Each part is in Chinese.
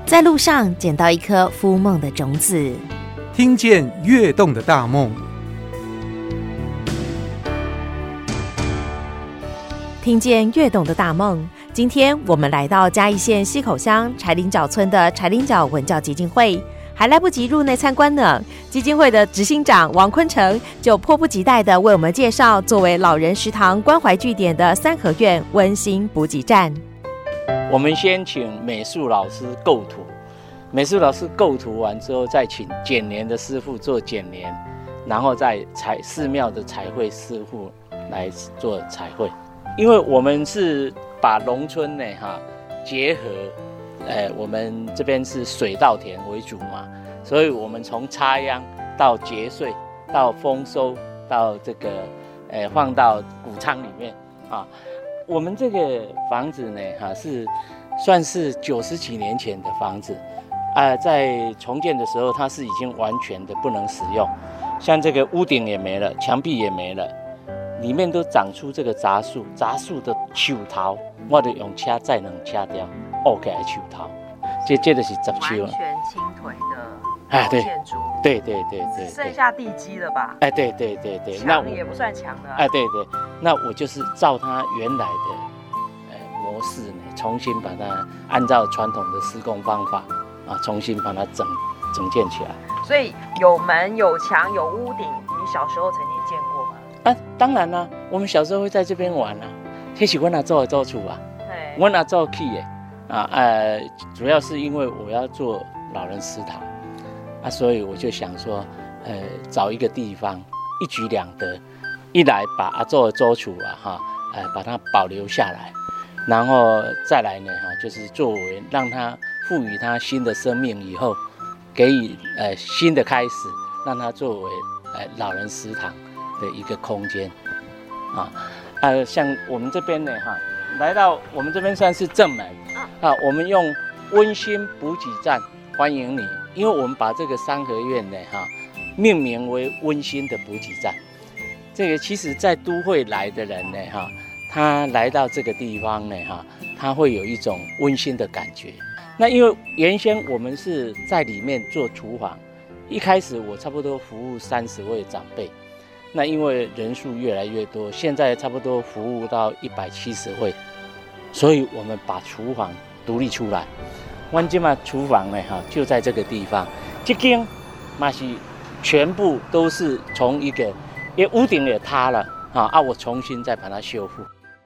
在路上捡到一颗孵梦的种子， 听见跃动的大梦， 听见跃动的大梦。今天我们来到嘉义县溪口乡柴林角村的柴林角文教基金会，还来不及入内参观呢，基金会的执行长王坤成就迫不及待地为我们介绍作为老人食堂关怀据点的三合院温馨补给站。 我们先请美术老师构图，美术老师构图完之后，再请剪黏的师傅做剪黏，然后再寺庙的彩绘师傅来做彩绘。因为我们是把农村呢结合，我们这边是水稻田为主嘛，所以我们从插秧到结穗，到丰收，到这个放到谷仓里面啊。我们这个房子呢是算是90几年前的房子在重建的时候它是已经完全的不能使用，像这个屋顶也没了，墙壁也没了，里面都长出这个杂树的树头，我就用车再能掐掉，OK的树头，这就是杂树， 完全倾颓的建筑， 对， 剩下地基了吧？ 对， 墙也不算墙了， 对，那我就是照它原来的模式呢，重新把它按照传统的施工方法重新把它整建起来。 所以有门有墙有屋顶，你小时候曾经见过吗？ 当然啦，我们小时候会在这边玩这是我哪做的做厝我哪做去的主要是因为我要做老人食堂所以我就想说找一个地方一举两得，一来把阿祖的祖厝把它保留下来，然后再来呢就是作为让它赋予它新的生命以后，给予新的开始，让它作为老人食堂的一个空间像我们这边呢来到我们这边算是正门我们用温馨补给站欢迎你，因为我们把这个三合院呢命名为温馨的补给站。这个其实在都会来的人呢他来到这个地方呢他会有一种温馨的感觉。那因为原先我们是在里面做厨房，一开始我差不多服务30位长辈，那因为人数越来越多，现在差不多服务到170位，所以我们把厨房独立出来。我现在厨房呢就在这个地方，这间嘛是全部都是从一个因为屋顶也塌了我重新再把它修复。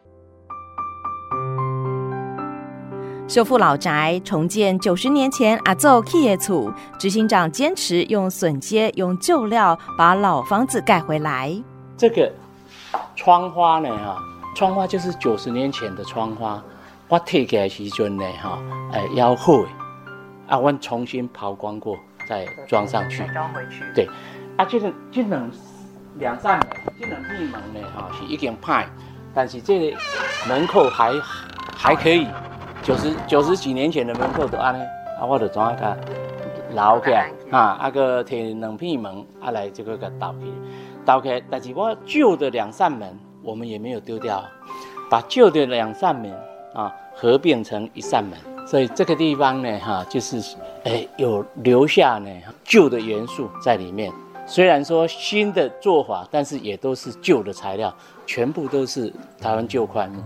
修复老宅，重建90年前阿祖起的厝，执行长坚持用榫接、用旧料把老房子盖回来。 这个窗花呢窗花就是90年前的窗花，我摕起来的时候呢要好的我重新刨光过再装上去， 装回去。对这两扇门，这两闭门呢是已经坏，但是这个门扣还可以，90几年前的门扣都安尼我就怎个留起来个摕两片门来这个给倒起来，但是我旧的2扇门我们也没有丢掉，把旧的2扇门合并成1扇门，所以这个地方呢就是有留下呢旧的元素在里面。虽然说新的做法，但是也都是旧的材料，全部都是台湾旧块木。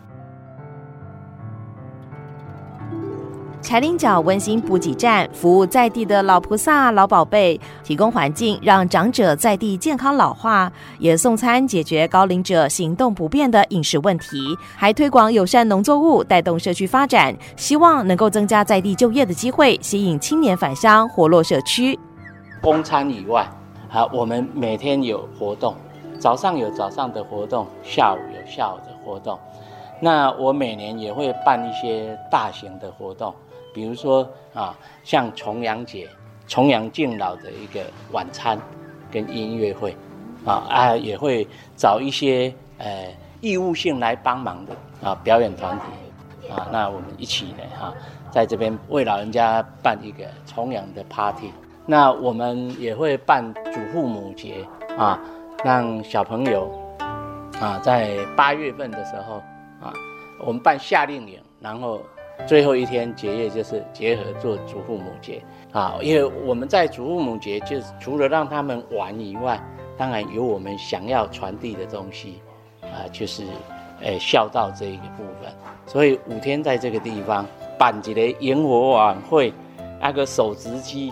柴林角温馨补给站服务在地的老菩萨、老宝贝，提供环境让长者在地健康老化，也送餐解决高龄者行动不便的饮食问题，还推广友善农作物，带动社区发展，希望能够增加在地就业的机会，吸引青年返乡，活络社区。 供餐以外我们每天有活动，早上有早上的活动，下午有下午的活动。那我每年也会办一些大型的活动，比如说像重阳节、重阳敬老的一个晚餐跟音乐会也会找一些义务性来帮忙的表演团体那我们一起呢在这边为老人家办一个重阳的 party。那我们也会办祖父母节让小朋友在8月份的时候我们办夏令营，然后最后一天结业就是结合做祖父母节啊，因为我们在祖父母节就是除了让他们玩以外，当然有我们想要传递的东西啊，就是孝道这一个部分。所以5天在这个地方办一个萤火晚会，那个手植机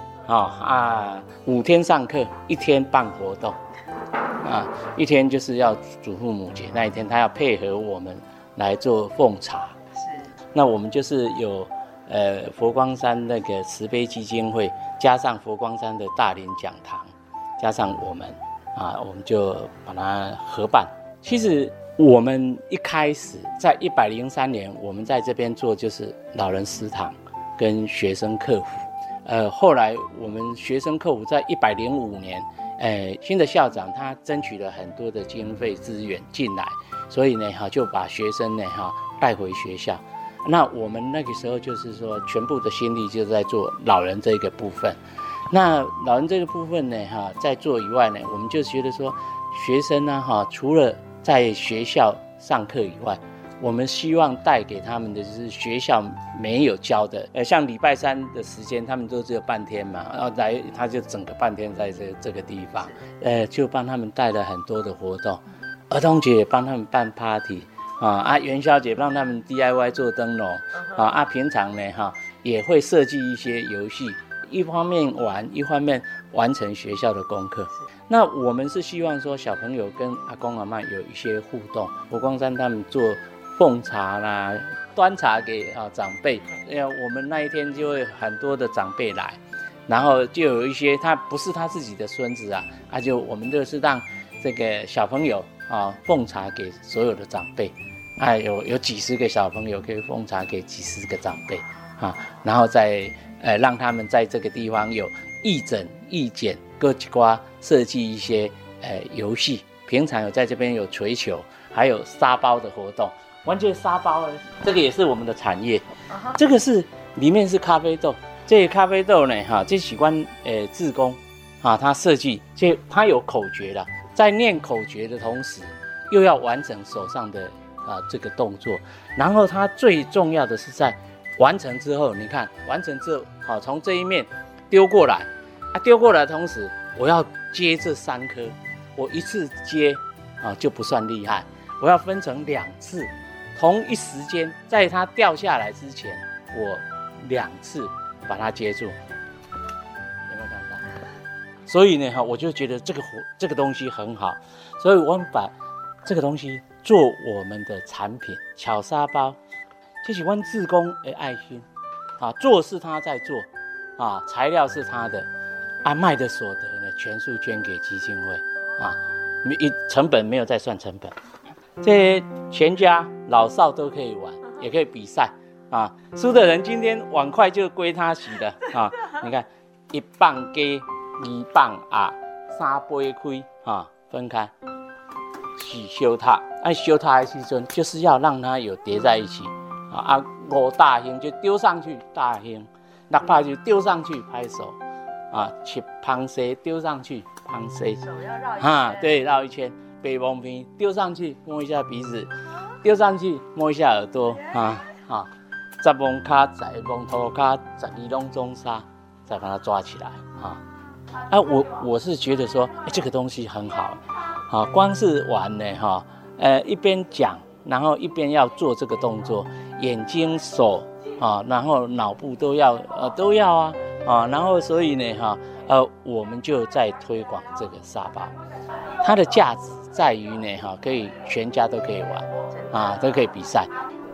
5天上课，1天办活动啊，1天就是要祖父母节那一天，他要配合我们来做奉茶。那我们就是有佛光山那个慈悲基金会，加上佛光山的大林讲堂，加上我们我们就把它合办。其实我们一开始在103年，我们在这边做就是老人食堂跟学生客服。后来我们学生客服在105年，新的校长他争取了很多的经费资源进来，所以呢就把学生呢带回学校。那我们那个时候就是说，全部的心力就在做老人这个部分。那老人这个部分呢，在做以外呢，我们就觉得说，学生呢，除了在学校上课以外，我们希望带给他们的就是学校没有教的。像礼拜3的时间，他们都只有半天嘛，然后来他就整个半天在这个地方，就帮他们带了很多的活动。儿童节也帮他们办 party。元宵节让他们 DIY 做灯笼平常呢也会设计一些游戏，一方面玩，一方面完成学校的功课。那我们是希望说小朋友跟阿公阿嬷有一些互动。佛光山他们做奉茶啦，端茶给长辈，我们那一天就会很多的长辈来，然后就有一些他不是他自己的孙子就我们就是让这个小朋友奉茶给所有的长辈。有几十个小朋友可以奉茶给几十个长辈然后再让他们在这个地方有义诊、义剪、各一瓜设计一些游戏。平常有在这边有槌球，还有沙包的活动。完全沙包这个也是我们的产业。这个是里面是咖啡豆，这个咖啡豆呢这喜欢志工他设计，这他有口诀的，在念口诀的同时，又要完成手上的这个动作，然后它最重要的是在完成之后，你看完成之后，从这一面丢过来，丢过来的同时，我要接这3颗，我一次接就不算厉害，我要分成2次，同一时间，在它掉下来之前，我2次把它接住，有没有看到？所以呢，我就觉得这个东西很好，所以我们把这个东西做我们的产品，巧沙包，这是我们志工的爱心做是他在做材料是他的卖的所得呢，全数捐给基金会成本没有再算成本。这全家老少都可以玩，也可以比赛输的人今天碗筷就归他洗的你看1磅鸡2磅3杯开分开。洗修塔，修塔的时阵就是要让它有叠在一起5大星就丢上去，大星6拍就丢上去，拍手7旁西丢上去，旁西手要绕一圈对，绕一圈，北蒙皮丢上去，摸一下鼻子，丢上去摸一下耳朵10蒙卡11蒙头卡12拢中沙，再把它抓起来我是觉得说这个东西很好光是玩呢一边讲，然后一边要做这个动作，眼睛手然后脑部都要然后所以呢我们就在推广这个沙包，它的价值在于呢可以全家都可以玩都可以比赛。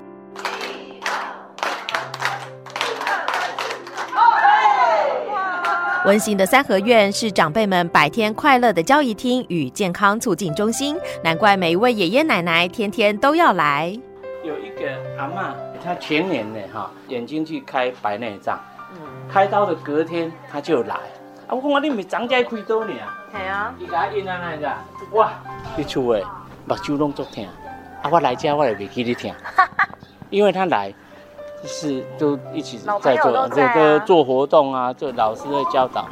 温馨的3合院是长辈们白天快乐的交谊厅与健康促进中心，难怪每一位爷爷奶奶天天都要来。 有一个阿嬷，她前年呢眼睛去开白内障，开刀的隔天她就来我讲你不是长在开刀呢对啊， 伊甲因啊那个哇，你厝的目睭拢足疼我来家我也袂记你疼因为他来就是都一起在做这个做活动做老师的教导。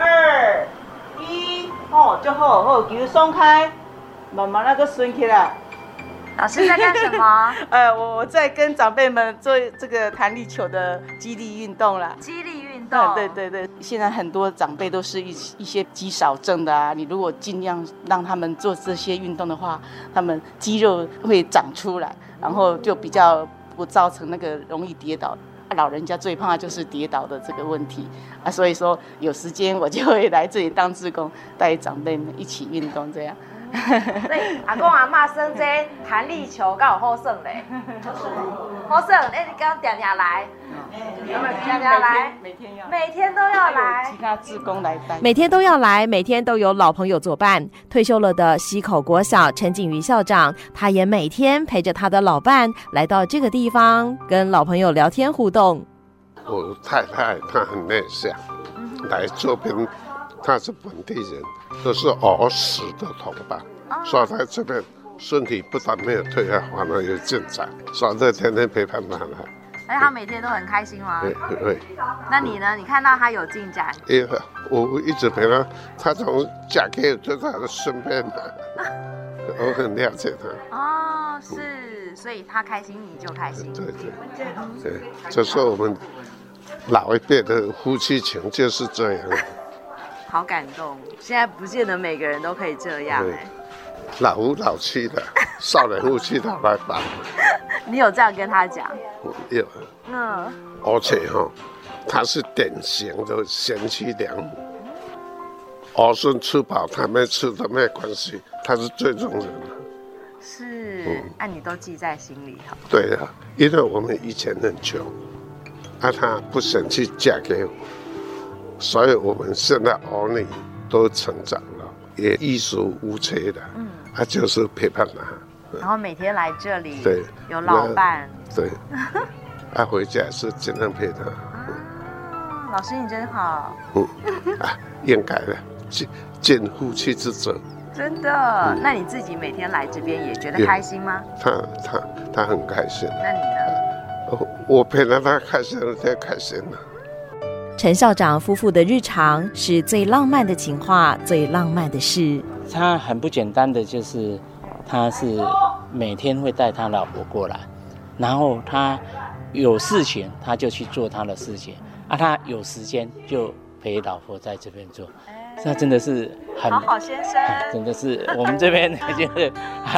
4、3、2、1，就好，好，球松开，慢慢那个顺起来。 老师在干什么？ 我在跟长辈们做这个弹力球的肌力运动啦。 肌力运动， 对，现在很多长辈都是一些肌少症的啊，你如果尽量让他们做这些运动的话，他们肌肉会长出来，然后就比较不造成那个容易跌倒。老人家最怕就是跌倒的这个问题啊，所以说有时间我就会来这里当志工，带长辈们一起运动这样。 所以阿公阿嬷生这弹力球刚有好耍嘞，好耍，你刚点来，点来，每天都要来， 其他志工来带， 每天都要来，每天都有老朋友作伴。退休了的溪口国小陈景瑜校长，他也每天陪着他的老伴来到这个地方，跟老朋友聊天互动。 我太太她很内向，来这边她是本地人，都是儿时的同伴，所以在这边身体不但没有退化，反而有进展，所以这天天陪伴她来。 而且他每天都很开心吗？ 对。 那你呢？你看到他有进展？ 我一直陪他，他从嫁给我就在他的身边的，我很了解他。 哦，是，所以他开心你就开心。 对，这是我们老一辈的夫妻情就是这样。 好感动，现在不见得每个人都可以这样老夫老妻的，少年夫妻老来伴。 你有这样跟他讲？ 有。而且他是典型的贤妻良母。儿孙吃饱他没吃都没关系，他是最重要的。 是，你都记在心里头。 对啊，因为我们以前很穷，他不想去嫁给我，所以我们现在儿女都成长了，也衣食无缺的。就是陪伴他。 然后每天来这里， 对， 有老伴， 对，回家也是尽量陪他。 老师你真好。 应该的，尽夫妻之责。 真的？那你自己每天来这边也觉得开心吗？ 他很开心。 那你呢？ 我陪着他开心，我才开心了。 陈校长夫妇的日常是最浪漫的情话，最浪漫的事。 他很不简单的就是，他是每天会带他老婆过来，然后他有事情他就去做他的事情，他有时间就陪老婆在这边做，那真的是好先生， 真的是我们这边就是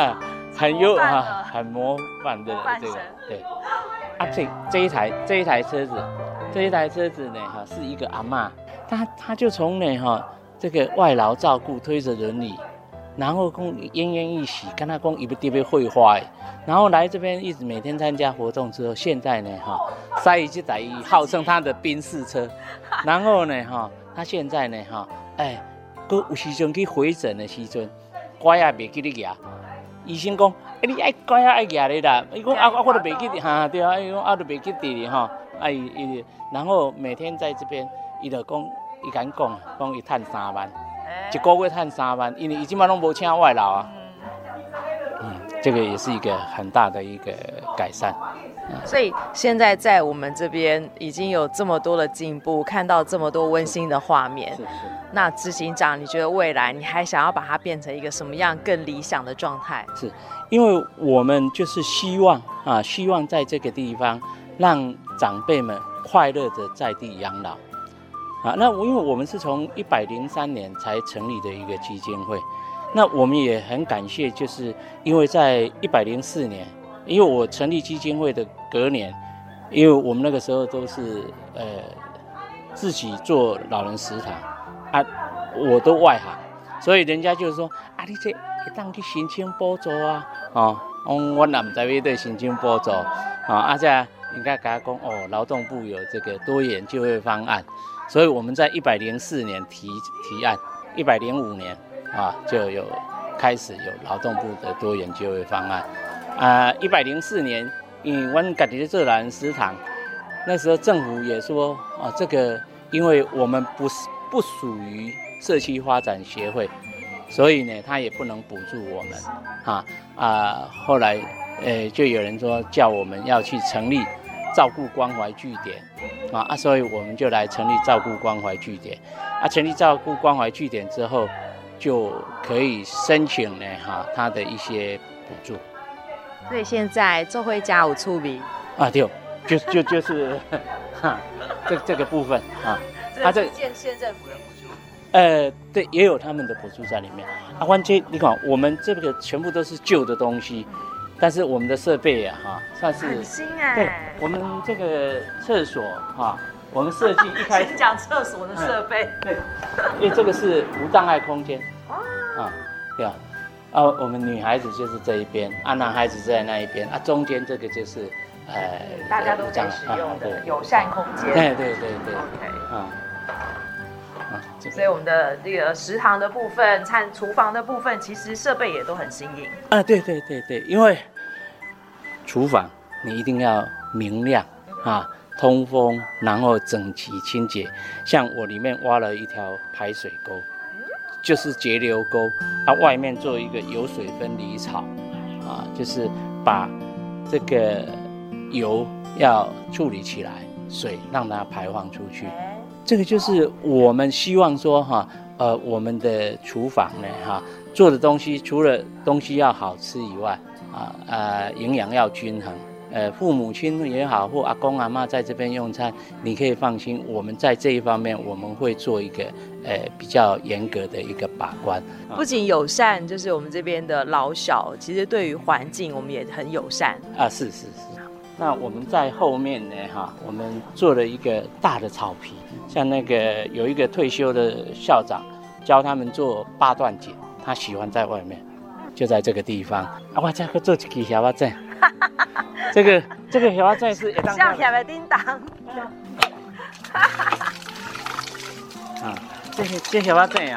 很模范的这个对。这一台车子呢是一个阿嬷，她就从呢这个外劳照顾推着轮椅，然后讲奄奄一息，跟他讲伊要特别绘画，然后来这边一直每天参加活动之后，现在呢塞一台号称他的宾士车，然后呢他现在呢佮有时阵去回诊的时阵，拐也袂记得举，医生讲你爱拐也爱举咧啦，伊讲我都袂记得对啊，伊讲都袂记得咧然后每天在这边，伊就讲。伊敢讲伊赚3万，一个月赚3万，因为伊即摆拢无请外劳啊。这个也是一个很大的一个改善。 所以现在在我们这边已经有这么多的进步，看到这么多温馨的画面。 是。 那执行长，你觉得未来你还想要把它变成一个什么样更理想的状态？ 是，因为我们就是希望在这个地方让长辈们快乐的在地养老。那因为我们是从103年才成立的一个基金会，那我们也很感谢，就是因为在104年，因为我成立基金会的隔年，因为我们那个时候都是自己做老人食堂我都外行，所以人家就是说你这会当去申请补助我也不知道要对申请补助这应该跟他讲劳动部有这个多元就业方案。所以我们在104年提案，105年就有开始有劳动部的多元就业方案。104年，因为我们自己在做老人食堂，那时候政府也说这个因为我们不属于社区发展协会，所以呢他也不能补助我们后来就有人说叫我们要去成立照顾关怀据点所以我们就来成立照顾关怀据点成立照顾关怀据点之后，就可以申请呢他的一些补助所以现在做会家有趣味啊，对，就是哈，这个部分啊， 这是县政府的补助。 对，也有他们的补助在里面。啊，你看，我们这个全部都是旧的东西，但是我们的设备啊，哈，算是很新哎。 对，我们这个厕所哈，我们设计一开始讲厕所的设备， 对，因为这个是无障碍空间啊，对啊。我们女孩子就是这一边，男孩子在那一边，中间这个就是大家都可以使用的友善空间。 对。 OK。所以我们的这个食堂的部分、厨房的部分，其实设备也都很新颖。 对，因为厨房你一定要明亮啊，通风，然后整齐清洁。像我里面挖了一条排水沟。就是节流沟，外面做一个油水分离槽，就是把这个油要处理起来，水让它排放出去。这个就是我们希望说我们的厨房呢做的东西，除了东西要好吃以外，营养要均衡。父母亲也好，或阿公阿嬷在这边用餐，你可以放心，我们在这一方面我们会做一个比较严格的一个把关。 不仅友善，就是我们这边的老小，其实对于环境我们也很友善是。那我们在后面呢我们做了一个大的草皮，像那个有一个退休的校长教他们做8段锦，他喜欢在外面，就在这个地方。我再去做一支小巴阵。这个小巴阵是像小的叮当。 这小巴阵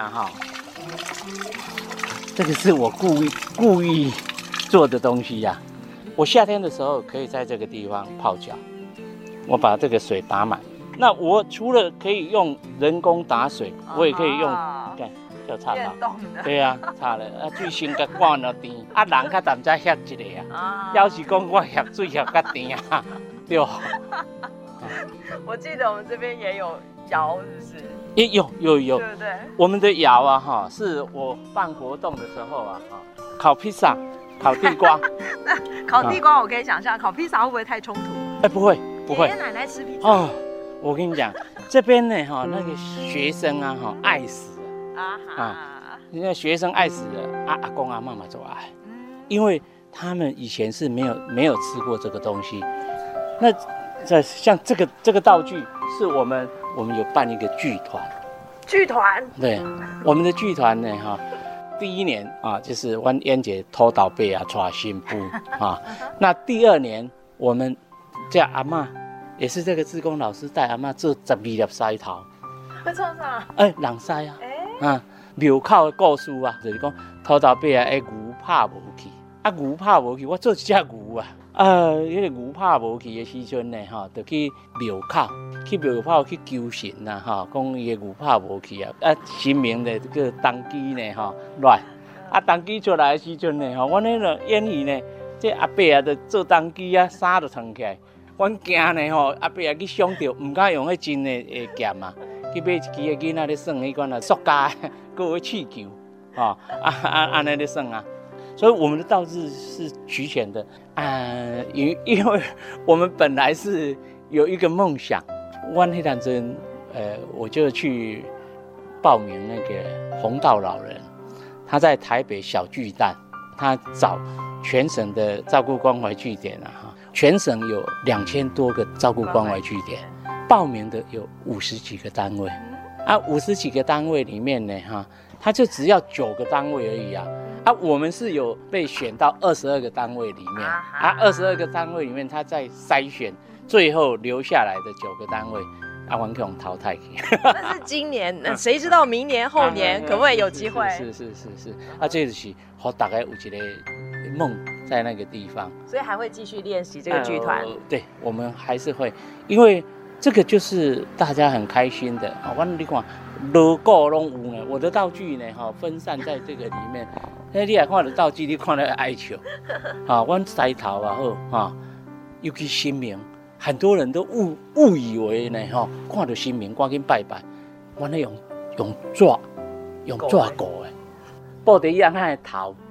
这个是我故意做的东西呀。我夏天的时候可以在这个地方泡脚，我把这个水打满。那我除了可以用人工打水，我也可以用叫插头，对啊，插了水先甲灌到甜，人较淡才翕一个要是讲我翕水翕较甜对。 我记得我们这边也有窑，是不是？ 也有， 对不对？ 我们的窑是我办活动的时候烤披萨、烤地瓜。 烤地瓜我可以想象，烤披萨会不会太冲突？ 不会。 爷爷奶奶吃披萨我跟你讲，这边呢那个学生爱死了那学生爱死了阿公阿嬷嘛就爱，因为他们以前是没有吃过这个东西。那像这个道具是我们有办一个剧团，对，我们的剧团呢第1年就是阮燕姐土豆伯带新妇那第2年我们这阿嬷也是这个志工老师带阿嬷做12粒狮头。 要创啥？ 人狮庙口的故事就是讲土豆伯牛拍无去，牛拍无去，我做一只牛迄个牛拍无去的时阵呢就去庙口去求神讲伊的牛拍无去神明的这个当机呢来，当机出来的时阵呢阮那个演戏呢，这阿伯就做当机衫就穿起来，阮惊呢阿伯去想到，唔敢用迄真的剑去买一支的囡仔咧耍迄款塑胶的，搁有气球安尼咧耍所以我们的道具是齐全的因为我们本来是有一个梦想，我那阵我就去报名那个弘道老人，他在台北小巨蛋，他找全省的照顾关怀据点全省有2000多个照顾关怀据点，报名的有50几个单位50几个单位里面呢他就只要9个单位而已我们是有被选到22个单位里面22个单位里面他在筛选最后留下来的9个单位我们可以淘汰去。 那是今年谁知道明年后年可不可以有机会？ 是这就是让大家有一个梦在那个地方， 所以还会继续练习这个剧团对，我们还是会，因为这个就是大家很开心的你看路过都有呢，我的道具呢分散在这个里面，你也看到道具，你看到爱笑我狮头好尤其神明，很多人都误以为呢看到神明赶紧拜拜，我那用纸糊的，布在伊安的头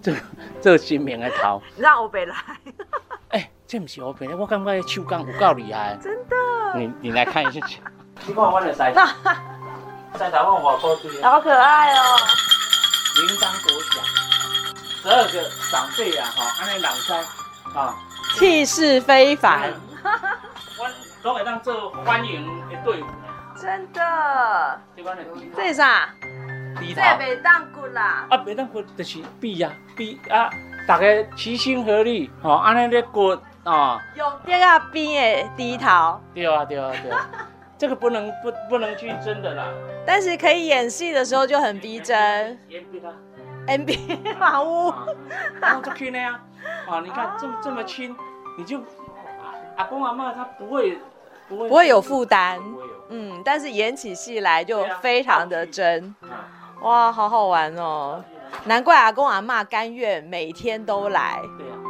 这新名的头， 让欧北来。 这不是欧北，我感觉手工有够厉害。 真的。 你来看一下，你看我的腮头，腮头我外国对。 好可爱哦。 铃铛多响，12个长辈啊，安尼人才气势非凡。 我都会当做欢迎的队伍。 真的。这是啥？ 低头。 这袂当骨啦。 袂当骨就是比啊，大家齐心合力，安尼咧骨用这个边的低头。 对啊。这个不能去争的啦。 但是可以演戏的时候就很逼真。NB 马屋。 然后就轻的啊，你看这么轻，你就阿公阿嬷他不会有负担。 但是演起戏来就非常的真。哇，好好玩哦！难怪阿公阿嬷甘愿每天都来。 对啊。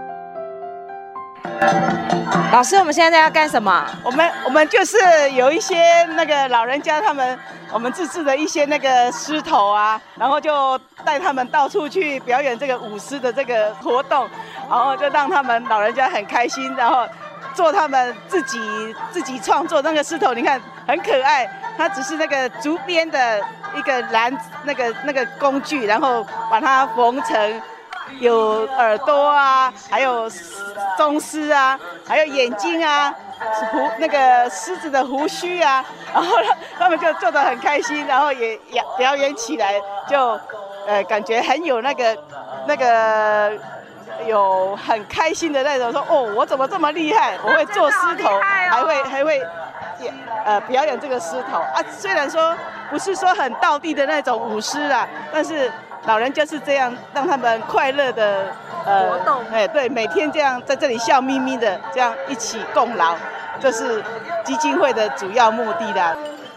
老师，我们现在要干什么？ 我们就是有一些那个老人家我们自制的一些那个狮头啊，然后就带他们到处去表演这个舞狮的这个活动，然后就让他们老人家很开心，然后做他们自己创作那个狮头，你看很可爱，它只是那个竹编的一个那个工具，然后把它缝成有耳朵啊，还有棕丝啊，还有眼睛啊，那个狮子的胡须啊，然后他们就做得很开心，然后也表演起来，就感觉很有那个有很开心的那种，说我怎么这么厉害，我会做狮头，还会表演这个狮头啊。虽然说不是说很道地的那种舞狮啦，但是老人就是这样让他们快乐的活动。 对，每天这样在这里笑眯眯的，这样一起共劳，这是基金会的主要目的啦。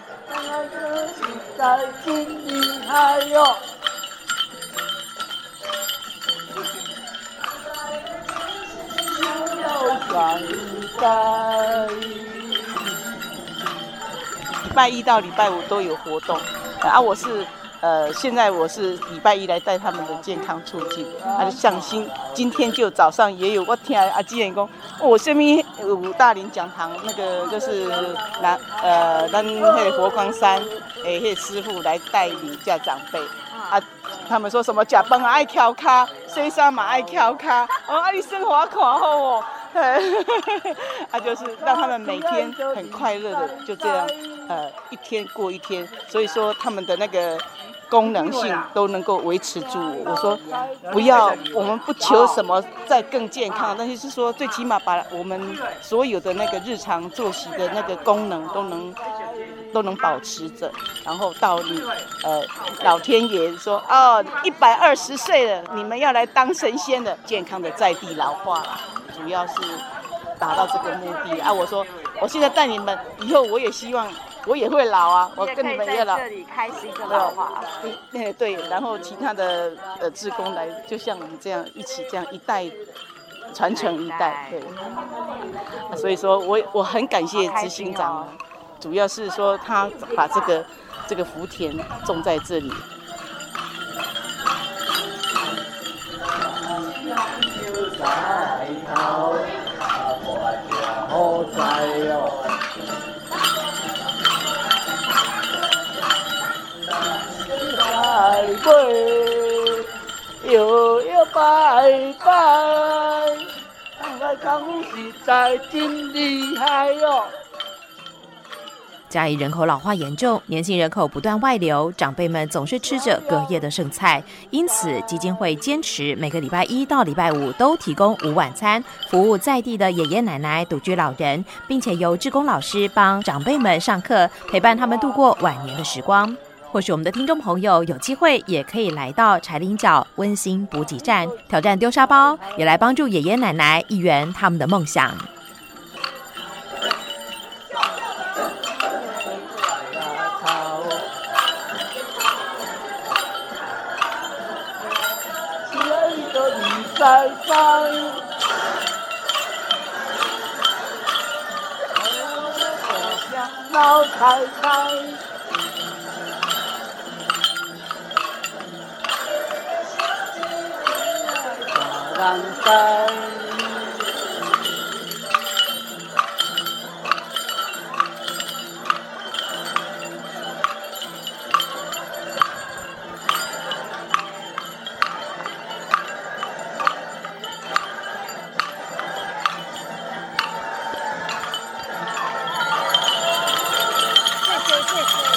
礼拜一到礼拜五都有活动，现在我是礼拜一来带他们的健康促进，像今天就早上也有，我听阿基人讲，什么有大林讲堂那个就是咱那个佛光山那个师傅来带领家长辈啊，他们说什么吃饭也爱翘脚，洗衫嘛爱翘脚，你生活看好哦。就是让他们每天很快乐的就这样，一天过一天，所以说他们的那个功能性都能够维持住。我说不要，我们不求什么再更健康，但是说最起码把我们所有的那个日常作息的那个功能都能保持着，然后到你老天爷说120岁了，你们要来当神仙了，健康的在地老化，主要是达到这个目的啊。我说我现在带你们，以后我也希望我也会老啊，我跟你们也老。 这里开始一个老化。 对，然后其他的志工来，就像我们这样一起这样一代传承一代，对。所以说我很感谢执行长。主要是说他把这个福田种在这里。又拜拜，讲实在真厉害哟。 嘉义人口老化严重，年轻人口不断外流，长辈们总是吃着隔夜的剩菜，因此基金会坚持每个礼拜一到礼拜五都提供午晚餐，服务在地的爷爷奶奶、独居老人，并且由志工老师帮长辈们上课，陪伴他们度过晚年的时光。或许我们的听众朋友有机会也可以来到柴林角温馨补给站，挑战丢沙包，也来帮助爷爷奶奶一圆他们的梦想。 老太太， 康在。 谢谢。